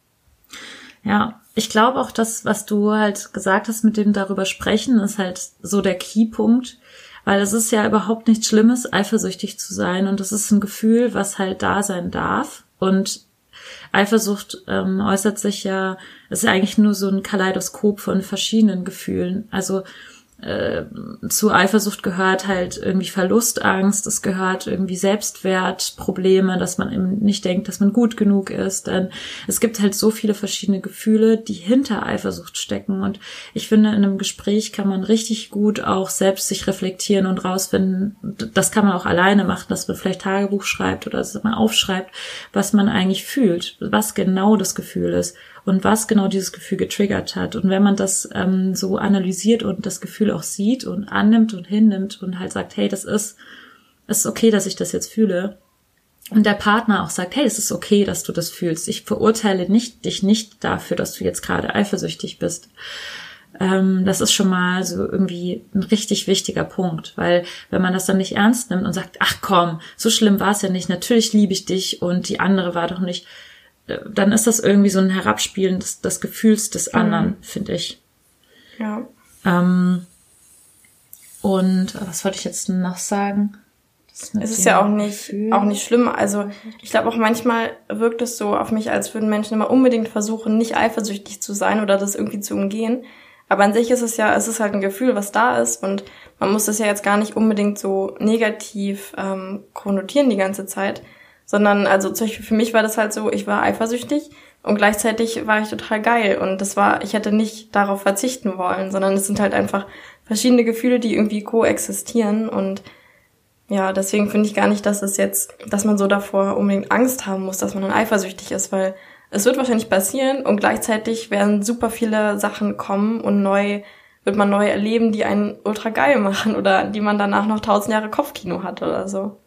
Ja, ich glaube auch, das, was du halt gesagt hast mit dem darüber sprechen, ist halt so der Keypunkt, weil es ist ja überhaupt nichts Schlimmes, eifersüchtig zu sein und es ist ein Gefühl, was halt da sein darf und Eifersucht ähm, äußert sich ja, es ist eigentlich nur so ein Kaleidoskop von verschiedenen Gefühlen. Also äh, zu Eifersucht gehört halt irgendwie Verlustangst, es gehört irgendwie Selbstwertprobleme, dass man eben nicht denkt, dass man gut genug ist. Denn es gibt halt so viele verschiedene Gefühle, die hinter Eifersucht stecken. Und ich finde, in einem Gespräch kann man richtig gut auch selbst sich reflektieren und rausfinden. Das kann man auch alleine machen, dass man vielleicht Tagebuch schreibt oder dass man aufschreibt, was man eigentlich fühlt, was genau das Gefühl ist und was genau dieses Gefühl getriggert hat. Und wenn man das ähm, so analysiert und das Gefühl auch sieht und annimmt und hinnimmt und halt sagt, hey, das ist, ist okay, dass ich das jetzt fühle. Und der Partner auch sagt, hey, es ist okay, dass du das fühlst. Ich verurteile nicht, dich nicht dafür, dass du jetzt gerade eifersüchtig bist. Ähm, das ist schon mal so irgendwie ein richtig wichtiger Punkt, weil wenn man das dann nicht ernst nimmt und sagt, ach komm, so schlimm war es ja nicht, natürlich liebe ich dich und die andere war doch nicht, dann ist das irgendwie so ein Herabspielen des, des Gefühls des anderen, mhm. finde ich.
Ja.
Ähm, und was wollte ich jetzt noch sagen?
Es ist ja auch nicht, Gefühl. auch nicht schlimm. Also ich glaube auch manchmal wirkt es so auf mich, als würden Menschen immer unbedingt versuchen, nicht eifersüchtig zu sein oder das irgendwie zu umgehen. Aber an sich ist es ja, es ist halt ein Gefühl, was da ist und man muss das ja jetzt gar nicht unbedingt so negativ ähm, konnotieren die ganze Zeit, sondern also zum Beispiel für mich war das halt so, ich war eifersüchtig und gleichzeitig war ich total geil und das war, ich hätte nicht darauf verzichten wollen, sondern es sind halt einfach verschiedene Gefühle, die irgendwie koexistieren und ja, deswegen finde ich gar nicht, dass es jetzt, dass man so davor unbedingt Angst haben muss, dass man dann eifersüchtig ist, weil es wird wahrscheinlich passieren und gleichzeitig werden super viele Sachen kommen und neu wird man neu erleben, die einen ultra geil machen oder die man danach noch tausend Jahre Kopfkino hat oder so.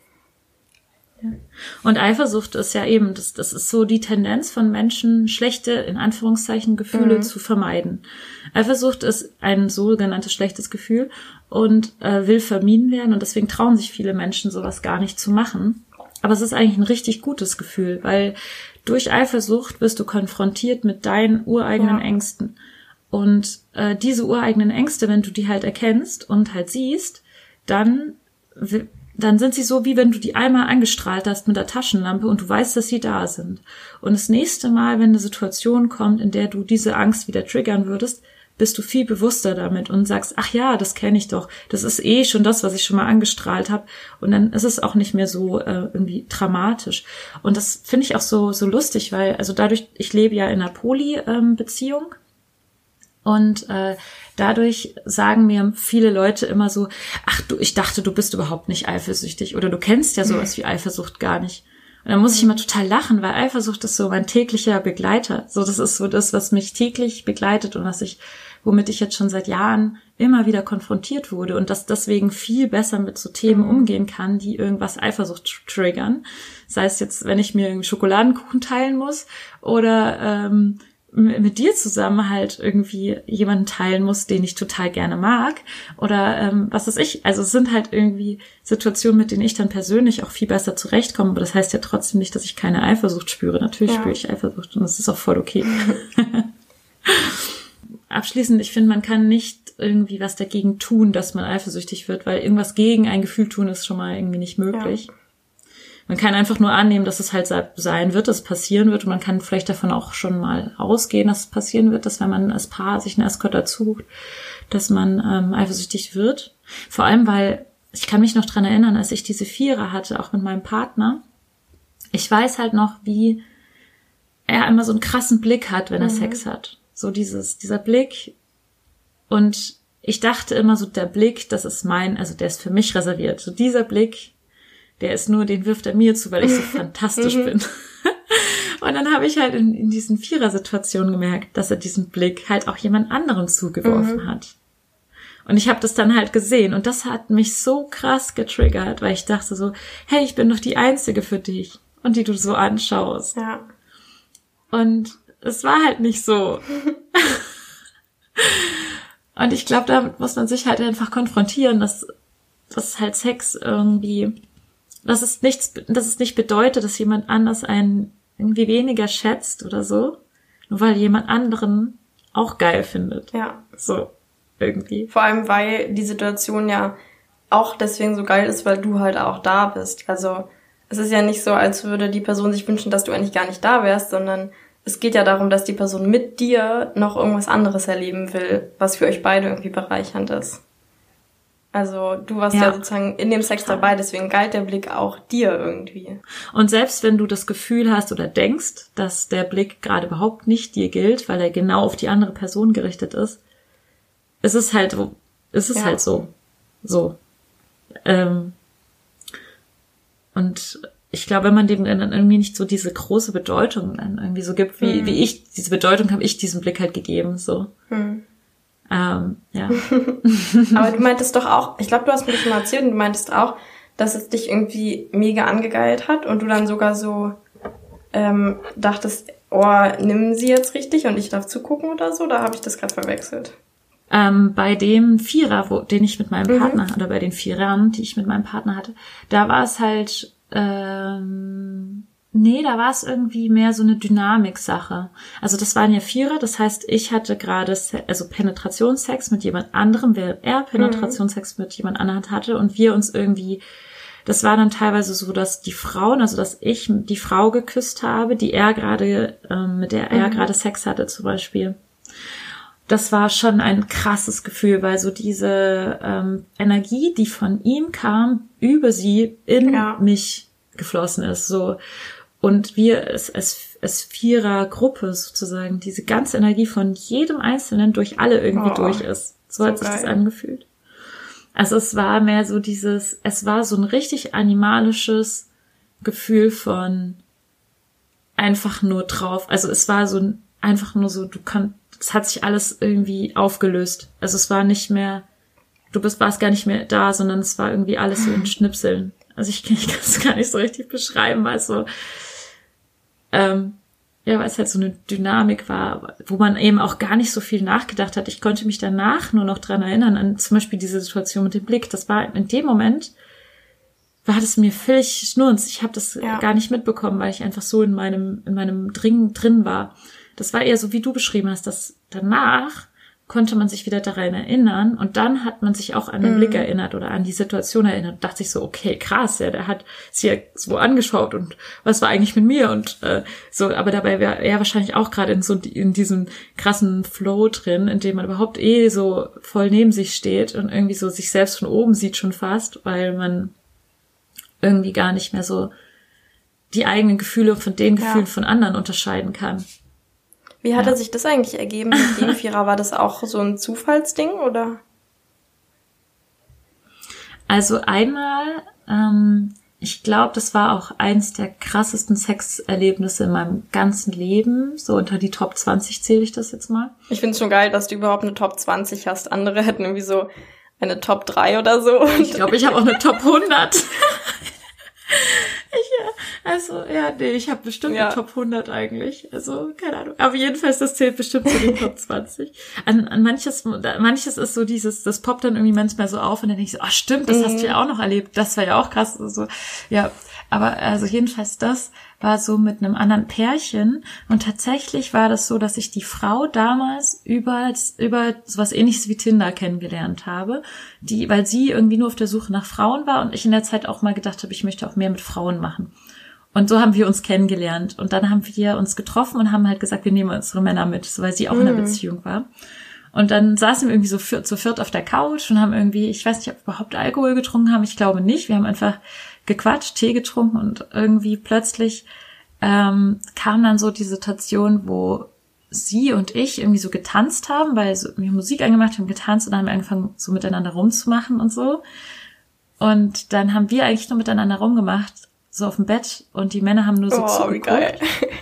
Ja. Und Eifersucht ist ja eben, das, das ist so die Tendenz von Menschen, schlechte, in Anführungszeichen, Gefühle mhm. zu vermeiden. Eifersucht ist ein sogenanntes schlechtes Gefühl und äh, will vermieden werden und deswegen trauen sich viele Menschen, sowas gar nicht zu machen. Aber es ist eigentlich ein richtig gutes Gefühl, weil durch Eifersucht wirst du konfrontiert mit deinen ureigenen ja. Ängsten. Und äh, diese ureigenen Ängste, wenn du die halt erkennst und halt siehst, dann dann sind sie so, wie wenn du die einmal angestrahlt hast mit der Taschenlampe und du weißt, dass sie da sind. Und das nächste Mal, wenn eine Situation kommt, in der du diese Angst wieder triggern würdest, bist du viel bewusster damit und sagst, ach ja, das kenne ich doch. Das ist eh schon das, was ich schon mal angestrahlt habe. Und dann ist es auch nicht mehr so äh, irgendwie dramatisch. Und das finde ich auch so so lustig, weil also dadurch, ich lebe ja in einer Poly-Beziehung ähm, und äh, dadurch sagen mir viele Leute immer so, ach du, ich dachte, du bist überhaupt nicht eifersüchtig oder du kennst ja sowas wie Eifersucht gar nicht. Und dann muss ich immer total lachen, weil Eifersucht ist so mein täglicher Begleiter. So, das ist so das, was mich täglich begleitet und was ich, womit ich jetzt schon seit Jahren immer wieder konfrontiert wurde und dass deswegen viel besser mit so Themen umgehen kann, die irgendwas Eifersucht triggern. Sei es jetzt, wenn ich mir einen Schokoladenkuchen teilen muss oder ähm, mit dir zusammen halt irgendwie jemanden teilen muss, den ich total gerne mag oder ähm, was weiß ich. Also es sind halt irgendwie Situationen, mit denen ich dann persönlich auch viel besser zurechtkomme, aber das heißt ja trotzdem nicht, dass ich keine Eifersucht spüre. Natürlich ja. spüre ich Eifersucht und das ist auch voll okay. Abschließend, ich finde, man kann nicht irgendwie was dagegen tun, dass man eifersüchtig wird, weil irgendwas gegen ein Gefühl tun ist schon mal irgendwie nicht möglich. Ja. Man kann einfach nur annehmen, dass es halt sein wird, dass es passieren wird und man kann vielleicht davon auch schon mal ausgehen, dass es passieren wird, dass wenn man als Paar sich einen Escort dazu bucht, dass man ähm, eifersüchtig wird. Vor allem, weil ich kann mich noch dran erinnern, als ich diese Vierer hatte, auch mit meinem Partner. Ich weiß halt noch, wie er immer so einen krassen Blick hat, wenn er mhm. Sex hat. So dieses, dieser Blick. Und ich dachte immer so, der Blick, das ist mein, also der ist für mich reserviert. So dieser Blick, der ist nur, den wirft er mir zu, weil ich so fantastisch bin. Und dann habe ich halt in, in diesen Vierer-Situationen gemerkt, dass er diesen Blick halt auch jemand anderem zugeworfen mhm. hat. Und ich habe das dann halt gesehen und das hat mich so krass getriggert, weil ich dachte so, hey, ich bin doch die Einzige für dich und die du so anschaust. Ja. Und es war halt nicht so. Und ich glaube, damit muss man sich halt einfach konfrontieren, dass, dass halt Sex irgendwie, dass es nichts, dass es nicht bedeutet, dass jemand anders einen irgendwie weniger schätzt oder so, nur weil jemand anderen auch geil findet.
Ja.
So, irgendwie.
Vor allem, weil die Situation ja auch deswegen so geil ist, weil du halt auch da bist. Also, es ist ja nicht so, als würde die Person sich wünschen, dass du eigentlich gar nicht da wärst, sondern es geht ja darum, dass die Person mit dir noch irgendwas anderes erleben will, was für euch beide irgendwie bereichernd ist. Also du warst ja, ja sozusagen in dem Sex dabei, deswegen galt der Blick auch dir irgendwie.
Und selbst wenn du das Gefühl hast oder denkst, dass der Blick gerade überhaupt nicht dir gilt, weil er genau auf die andere Person gerichtet ist, ist es halt, ist es ja. halt so. So. Ähm, und ich glaube, wenn man dem dann irgendwie nicht so diese große Bedeutung dann irgendwie so gibt, wie, hm. wie ich, diese Bedeutung habe ich diesem Blick halt gegeben, so. Hm. Ähm, ja.
Aber du meintest doch auch, ich glaube, du hast mir das schon mal erzählt und du meintest auch, dass es dich irgendwie mega angegeilt hat und du dann sogar so ähm, dachtest, oh, nimm sie jetzt richtig und ich darf zugucken oder so, da habe ich das gerade verwechselt.
Ähm, bei dem Vierer, wo, den ich mit meinem Partner, mhm. oder bei den Vierern, die ich mit meinem Partner hatte, da war es halt, ähm, nee, da war es irgendwie mehr so eine Dynamik-Sache. Also das waren ja Vierer, das heißt, ich hatte gerade Se- also Penetrationssex mit jemand anderem, während er Penetrationssex mit jemand anderem hatte und wir uns irgendwie, das war dann teilweise so, dass die Frauen, also dass ich die Frau geküsst habe, die er gerade, ähm, mit der er
Mhm.
gerade Sex hatte zum Beispiel. Das war schon ein krasses Gefühl, weil so diese ähm, Energie, die von ihm kam, über sie in
Ja.
mich geflossen ist, so. Und wir, es, es, es Vierer-Gruppe sozusagen, diese ganze Energie von jedem Einzelnen durch alle irgendwie
Oh,
durch ist. So,
so
hat sich das
geil.
angefühlt. Also es war mehr so dieses, es war so ein richtig animalisches Gefühl von einfach nur drauf. Also es war so ein, einfach nur so, du kannst, es hat sich alles irgendwie aufgelöst. Also es war nicht mehr, du bist, warst gar nicht mehr da, sondern es war irgendwie alles so in Schnipseln. Also ich, ich kann es gar nicht so richtig beschreiben, weil es so, ähm, ja, weil es halt so eine Dynamik war, wo man eben auch gar nicht so viel nachgedacht hat. Ich konnte mich danach nur noch dran erinnern, an zum Beispiel diese Situation mit dem Blick. Das war in dem Moment, war das mir völlig schnurz. Ich habe das
Ja.
gar nicht mitbekommen, weil ich einfach so in meinem, in meinem Dring drin war. Das war eher so, wie du beschrieben hast, dass danach konnte man sich wieder daran erinnern und dann hat man sich auch an den
Mhm.
Blick erinnert oder an die Situation erinnert und dachte sich so, okay, krass, ja, der hat sie ja so angeschaut und was war eigentlich mit mir und äh, so, aber dabei wäre er wahrscheinlich auch gerade in so in diesem krassen Flow drin, in dem man überhaupt eh so voll neben sich steht und irgendwie so sich selbst von oben sieht schon fast, weil man irgendwie gar nicht mehr so die eigenen Gefühle von den
Ja.
Gefühlen von anderen unterscheiden kann.
Wie hat
Ja.
er sich das eigentlich ergeben mit dem Vierer? War das auch so ein Zufallsding, oder?
Also einmal, ähm, ich glaube, das war auch eins der krassesten Sexerlebnisse in meinem ganzen Leben. So unter die Top zwanzig zähle ich das jetzt mal.
Ich find's schon geil, dass du überhaupt eine Top zwanzig hast. Andere hätten irgendwie so eine Top drei oder so.
Ich glaube, ich habe auch eine Top hundert. Ich, ja, also, ja, nee, ich habe bestimmt
Ja.
eine Top hundert eigentlich. Also, keine Ahnung. Aber jedenfalls, das zählt bestimmt zu den Top zwanzig. An, an manches, manches ist so dieses, das poppt dann irgendwie manchmal so auf und dann denke ich so, ah, stimmt, das hast du ja auch noch erlebt. Das war ja auch krass. Also, ja, aber also jedenfalls das war so mit einem anderen Pärchen und tatsächlich war das so, dass ich die Frau damals über, über sowas Ähnliches wie Tinder kennengelernt habe, die, weil sie irgendwie nur auf der Suche nach Frauen war und ich in der Zeit auch mal gedacht habe, ich möchte auch mehr mit Frauen machen. Und so haben wir uns kennengelernt und dann haben wir uns getroffen und haben halt gesagt, wir nehmen unsere Männer mit, so, weil sie auch in einer Beziehung war. Und dann saßen wir irgendwie so vier, zu viert auf der Couch und haben irgendwie, ich weiß nicht, ob wir überhaupt Alkohol getrunken haben, ich glaube nicht. Wir haben einfach gequatscht, Tee getrunken und irgendwie plötzlich ähm, kam dann so die Situation, wo sie und ich irgendwie so getanzt haben, weil so wir Musik angemacht haben, getanzt und dann haben wir angefangen, so miteinander rumzumachen und so. Und dann haben wir eigentlich nur miteinander rumgemacht, so auf dem Bett und die Männer haben nur so
Oh, wie
zugeguckt.
geil.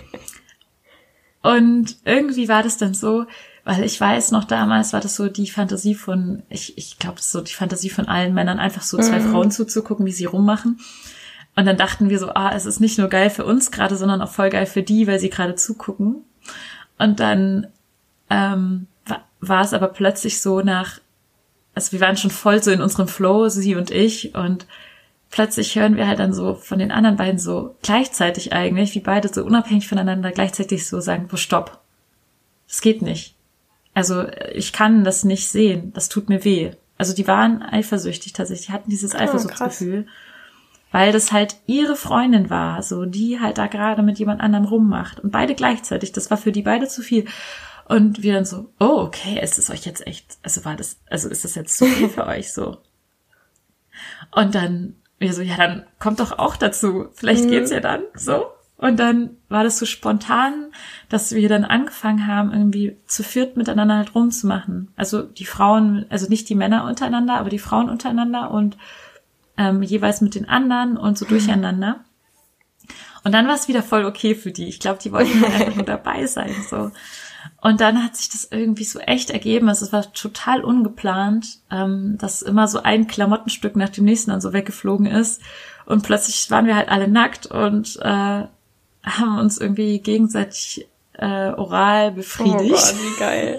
Und irgendwie war das dann so, weil ich weiß noch, damals war das so die Fantasie von, ich ich glaube, das ist so die Fantasie von allen Männern, einfach so zwei
Mhm.
Frauen zuzugucken, wie sie rummachen. Und dann dachten wir so, ah, es ist nicht nur geil für uns gerade, sondern auch voll geil für die, weil sie gerade zugucken. Und dann ähm, war, war es aber plötzlich so nach, also wir waren schon voll so in unserem Flow, sie und ich, und plötzlich hören wir halt dann so von den anderen beiden so gleichzeitig eigentlich, wie beide so unabhängig voneinander gleichzeitig so sagen, wo stopp. Das geht nicht. Also ich kann das nicht sehen. Das tut mir weh. Also die waren eifersüchtig tatsächlich. Die hatten dieses Eifersuchtsgefühl. Weil das halt ihre Freundin war, so die halt da gerade mit jemand anderem rummacht. Und beide gleichzeitig. Das war für die beide zu viel. Und wir dann so, oh, okay, ist es euch jetzt echt, also war das, also ist das jetzt zu viel für euch so? Und dann wir so, ja, dann kommt doch auch dazu. Vielleicht geht's ja dann so. Und dann war das so spontan, dass wir dann angefangen haben, irgendwie zu viert miteinander halt rumzumachen. Also die Frauen, also nicht die Männer untereinander, aber die Frauen untereinander und ähm, jeweils mit den anderen und so durcheinander. Und dann war es wieder voll okay für die. Ich glaube, die wollten halt einfach nur dabei sein, so. Und dann hat sich das irgendwie so echt ergeben. Also es war total ungeplant, ähm, dass immer so ein Klamottenstück nach dem nächsten dann so weggeflogen ist. Und plötzlich waren wir halt alle nackt und äh, haben uns irgendwie gegenseitig äh, oral befriedigt.
Oh Gott, wie geil.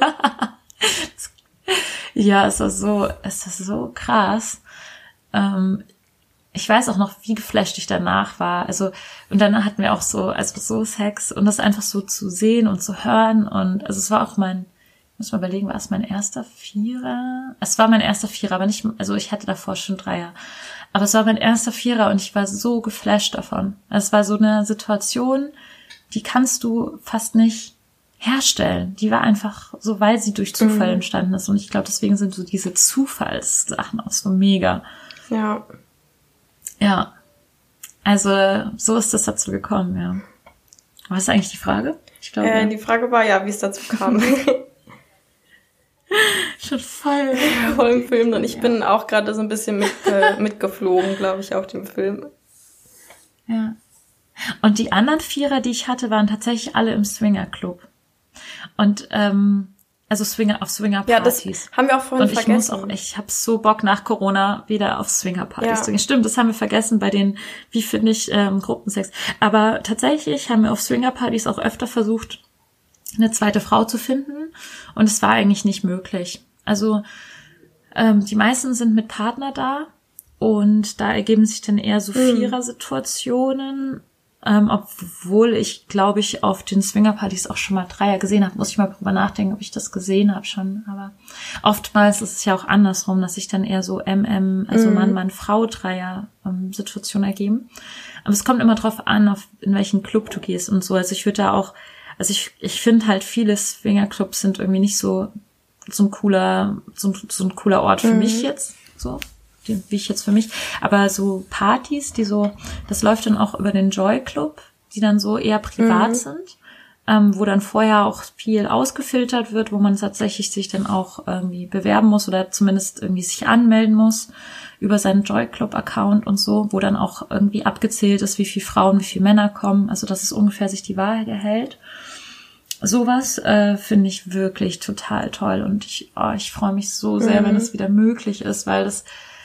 Ja, es war so, es war so krass. Ähm, ich weiß auch noch, wie geflasht ich danach war. Also, und dann hatten wir auch so, also so Sex und das einfach so zu sehen und zu hören. Und also es war auch mein, ich muss mal überlegen, war es mein erster Vierer? Es war mein erster Vierer, aber nicht, also ich hatte davor schon Dreier. Aber es war mein erster Vierer und ich war so geflasht davon. Es war so eine Situation, die kannst du fast nicht herstellen. Die war einfach so, weil sie durch Zufall mhm. entstanden ist. Und ich glaube, deswegen sind so diese Zufallssachen auch so mega.
Ja.
Ja. Also, so ist das dazu gekommen, ja. Was ist eigentlich die Frage? Ich glaube,
äh, die Frage war ja, wie es dazu kam.
Schon voll.
Voll im Film. Und ich ja. bin auch gerade so ein bisschen mit, äh, mitgeflogen, glaube ich, auf dem Film.
Ja. Und die anderen Vierer, die ich hatte, waren tatsächlich alle im Swinger-Club. Und, ähm, also Swinger, auf Swinger-Partys.
Ja, das haben wir auch vorhin
und ich
vergessen.
Muss auch, ich habe so Bock nach Corona wieder auf Swinger-Partys
ja.
zu gehen. Stimmt, das haben wir vergessen bei den, wie finde ich, ähm, Gruppensex. Aber tatsächlich haben wir auf Swinger-Partys auch öfter versucht, eine zweite Frau zu finden. Und es war eigentlich nicht möglich. Also, ähm, die meisten sind mit Partner da. Und da ergeben sich dann eher so Vierer-Situationen. Ähm, obwohl ich, glaube ich, auf den Swinger-Partys auch schon mal Dreier gesehen habe. Muss ich mal drüber nachdenken, ob ich das gesehen habe schon. Aber oftmals ist es ja auch andersrum, dass sich dann eher so M M, also mhm. Mann, Mann, Frau Dreier ähm, Situationen ergeben. Aber es kommt immer drauf an, auf in welchen Club du gehst und so. Also ich würde da auch, also ich ich finde halt, viele Swinger-Clubs sind irgendwie nicht so so ein cooler, so, so ein cooler Ort für mhm. mich jetzt, so. Wie ich jetzt für mich, aber so Partys, die so, das läuft dann auch über den Joy Club, die dann so eher privat mhm. sind, ähm, wo dann vorher auch viel ausgefiltert wird, wo man tatsächlich sich dann auch irgendwie bewerben muss oder zumindest irgendwie sich anmelden muss über seinen Joy Club Account und so, wo dann auch irgendwie abgezählt ist, wie viele Frauen, wie viele Männer kommen, also dass es ungefähr sich die Wahrheit erhält. Sowas äh, finde ich wirklich total toll und ich, oh, ich freue mich so sehr, mhm. wenn es wieder möglich ist, weil das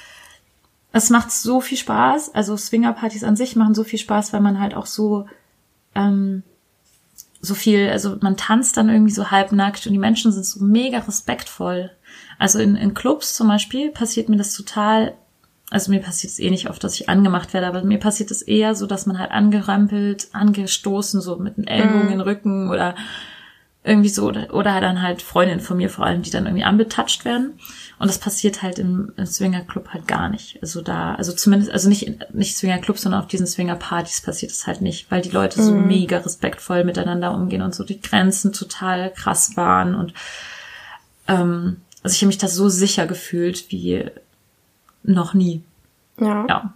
Es macht so viel Spaß, also Swingerpartys an sich machen so viel Spaß, weil man halt auch so ähm, so viel, also man tanzt dann irgendwie so halbnackt und die Menschen sind so mega respektvoll. Also in, in Clubs zum Beispiel passiert mir das total, also mir passiert es eh nicht oft, dass ich angemacht werde, aber mir passiert es eher so, dass man halt angerempelt, angestoßen, so mit den Ellbogen mm. in den Rücken oder irgendwie so, oder, oder dann halt Freundinnen von mir vor allem, die dann irgendwie anbetatscht werden. Und das passiert halt im, im Swingerclub halt gar nicht. Also da, also zumindest, also nicht, nicht Swingerclub, sondern auf diesen Swingerpartys passiert es halt nicht, weil die Leute so mhm. mega respektvoll miteinander umgehen und so die Grenzen total krass waren und, ähm, also ich habe mich da so sicher gefühlt wie noch nie.
Ja.
Ja.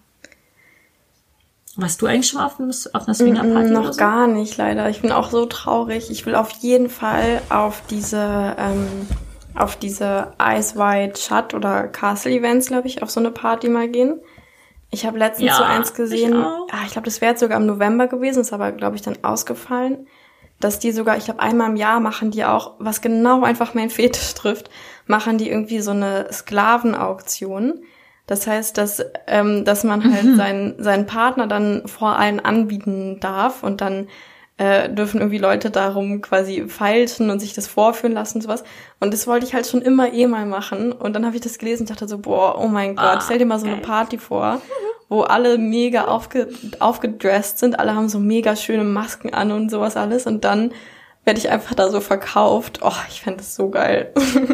Warst du eigentlich schon mal auf, einem, auf einer Swingerparty?
Noch
oder so?
Gar nicht, leider. Ich bin auch so traurig. Ich will auf jeden Fall auf diese, ähm, auf diese Eyes Wide Shut oder Castle Events, glaube ich, auf so eine Party mal gehen. Ich habe letztens
ja,
so eins gesehen.
Ich, auch.
Ah, ich glaube, das wäre jetzt sogar im November gewesen, ist aber, glaube ich, dann ausgefallen. Dass die sogar, ich glaube, einmal im Jahr machen die auch, was genau einfach mein Fetisch trifft, machen die irgendwie so eine Sklavenauktion. Das heißt, dass ähm, dass man halt mhm. seinen seinen Partner dann vor allen anbieten darf und dann äh, dürfen irgendwie Leute darum quasi feilschen und sich das vorführen lassen und sowas. Und das wollte ich halt schon immer eh mal machen. Und dann habe ich das gelesen und dachte so, boah, oh mein Gott, ah, stell dir mal so okay. eine Party vor, wo alle mega aufge aufgedresst sind, alle haben so mega schöne Masken an und sowas alles. Und dann werde ich einfach da so verkauft. Oh, ich fände das so geil.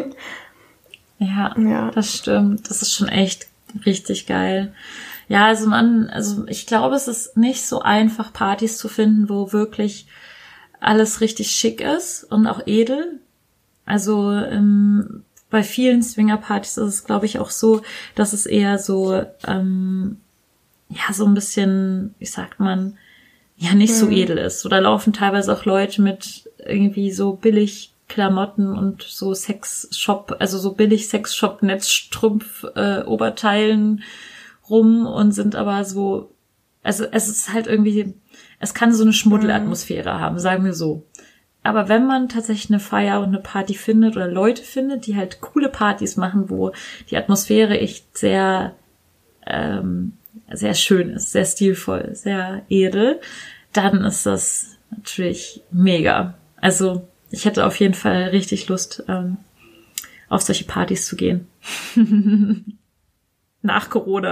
ja, ja, das stimmt. Das ist schon echt richtig geil. Ja, also man, also ich glaube, es ist nicht so einfach, Partys zu finden, wo wirklich alles richtig schick ist und auch edel. Also ähm, bei vielen Swingerpartys ist es, glaube ich, auch so, dass es eher so, ähm, ja, so ein bisschen, wie sagt man, ja, nicht mhm. so edel ist. Oder laufen teilweise auch Leute mit irgendwie so billig Klamotten und so Sexshop, also so billig Sexshop Netzstrumpf äh, Oberteilen rum und sind aber so, also es ist halt irgendwie, es kann so eine Schmuddelatmosphäre mhm. haben, sagen wir so. Aber wenn man tatsächlich eine Feier und eine Party findet oder Leute findet, die halt coole Partys machen, wo die Atmosphäre echt sehr ähm, sehr schön ist, sehr stilvoll, sehr edel, dann ist das natürlich mega. Also ich hätte auf jeden Fall richtig Lust, ähm, auf solche Partys zu gehen. Nach Corona.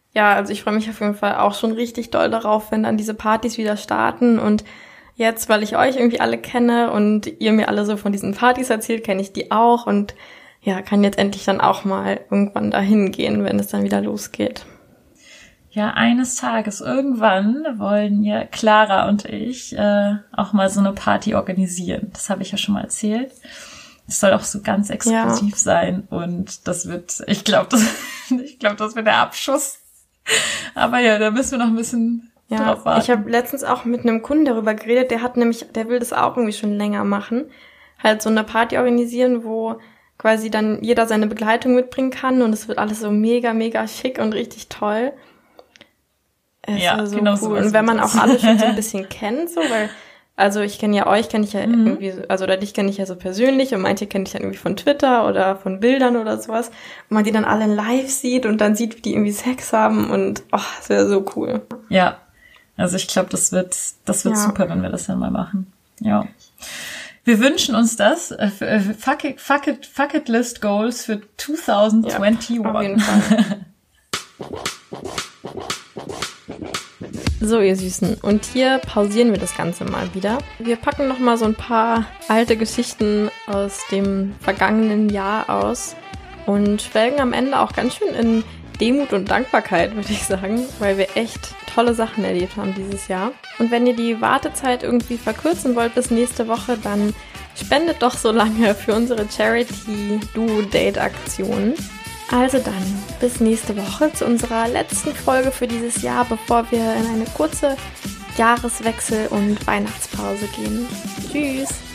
Ja, also ich freue mich auf jeden Fall auch schon richtig doll darauf, wenn dann diese Partys wieder starten. Und jetzt, weil ich euch irgendwie alle kenne und ihr mir alle so von diesen Partys erzählt, kenne ich die auch und ja, kann jetzt endlich dann auch mal irgendwann dahin gehen, wenn es dann wieder losgeht.
Ja, eines Tages irgendwann wollen ja Clara und ich äh, auch mal so eine Party organisieren. Das habe ich ja schon mal erzählt. Es soll auch so ganz exklusiv ja. sein und das wird, ich glaube, das, ich glaube, das wird der Abschuss. Aber ja, da müssen wir noch ein bisschen
ja,
drauf warten.
Ich habe letztens auch mit einem Kunden darüber geredet, der hat nämlich, der will das auch irgendwie schon länger machen. Halt so eine Party organisieren, wo quasi dann jeder seine Begleitung mitbringen kann und es wird alles so mega, mega schick und richtig toll. Es
ja,
so
genau
cool.
so.
Und wenn man auch alle schon so ein bisschen kennt, so, weil, also ich kenne ja euch, kenne ich ja mhm. irgendwie, also oder dich kenne ich ja so persönlich und manche kenne ich dann irgendwie von Twitter oder von Bildern oder sowas. Und man die dann alle live sieht und dann sieht, wie die irgendwie Sex haben und, oh, das wäre so cool.
Ja, also ich glaube, das wird, das wird
ja.
super, wenn wir das dann mal machen. Ja. Wir wünschen uns das. Äh, fuck it, fuck it, fuck it List Goals für zwanzig einundzwanzig.
Ja, auf jeden Fall. So, ihr Süßen. Und hier pausieren wir das Ganze mal wieder. Wir packen noch mal so ein paar alte Geschichten aus dem vergangenen Jahr aus und schwelgen am Ende auch ganz schön in Demut und Dankbarkeit, würde ich sagen, weil wir echt tolle Sachen erlebt haben dieses Jahr. Und wenn ihr die Wartezeit irgendwie verkürzen wollt bis nächste Woche, dann spendet doch so lange für unsere Charity-Do-Date-Aktion. Also dann, bis nächste Woche zu unserer letzten Folge für dieses Jahr, bevor wir in eine kurze Jahreswechsel- und Weihnachtspause gehen. Tschüss!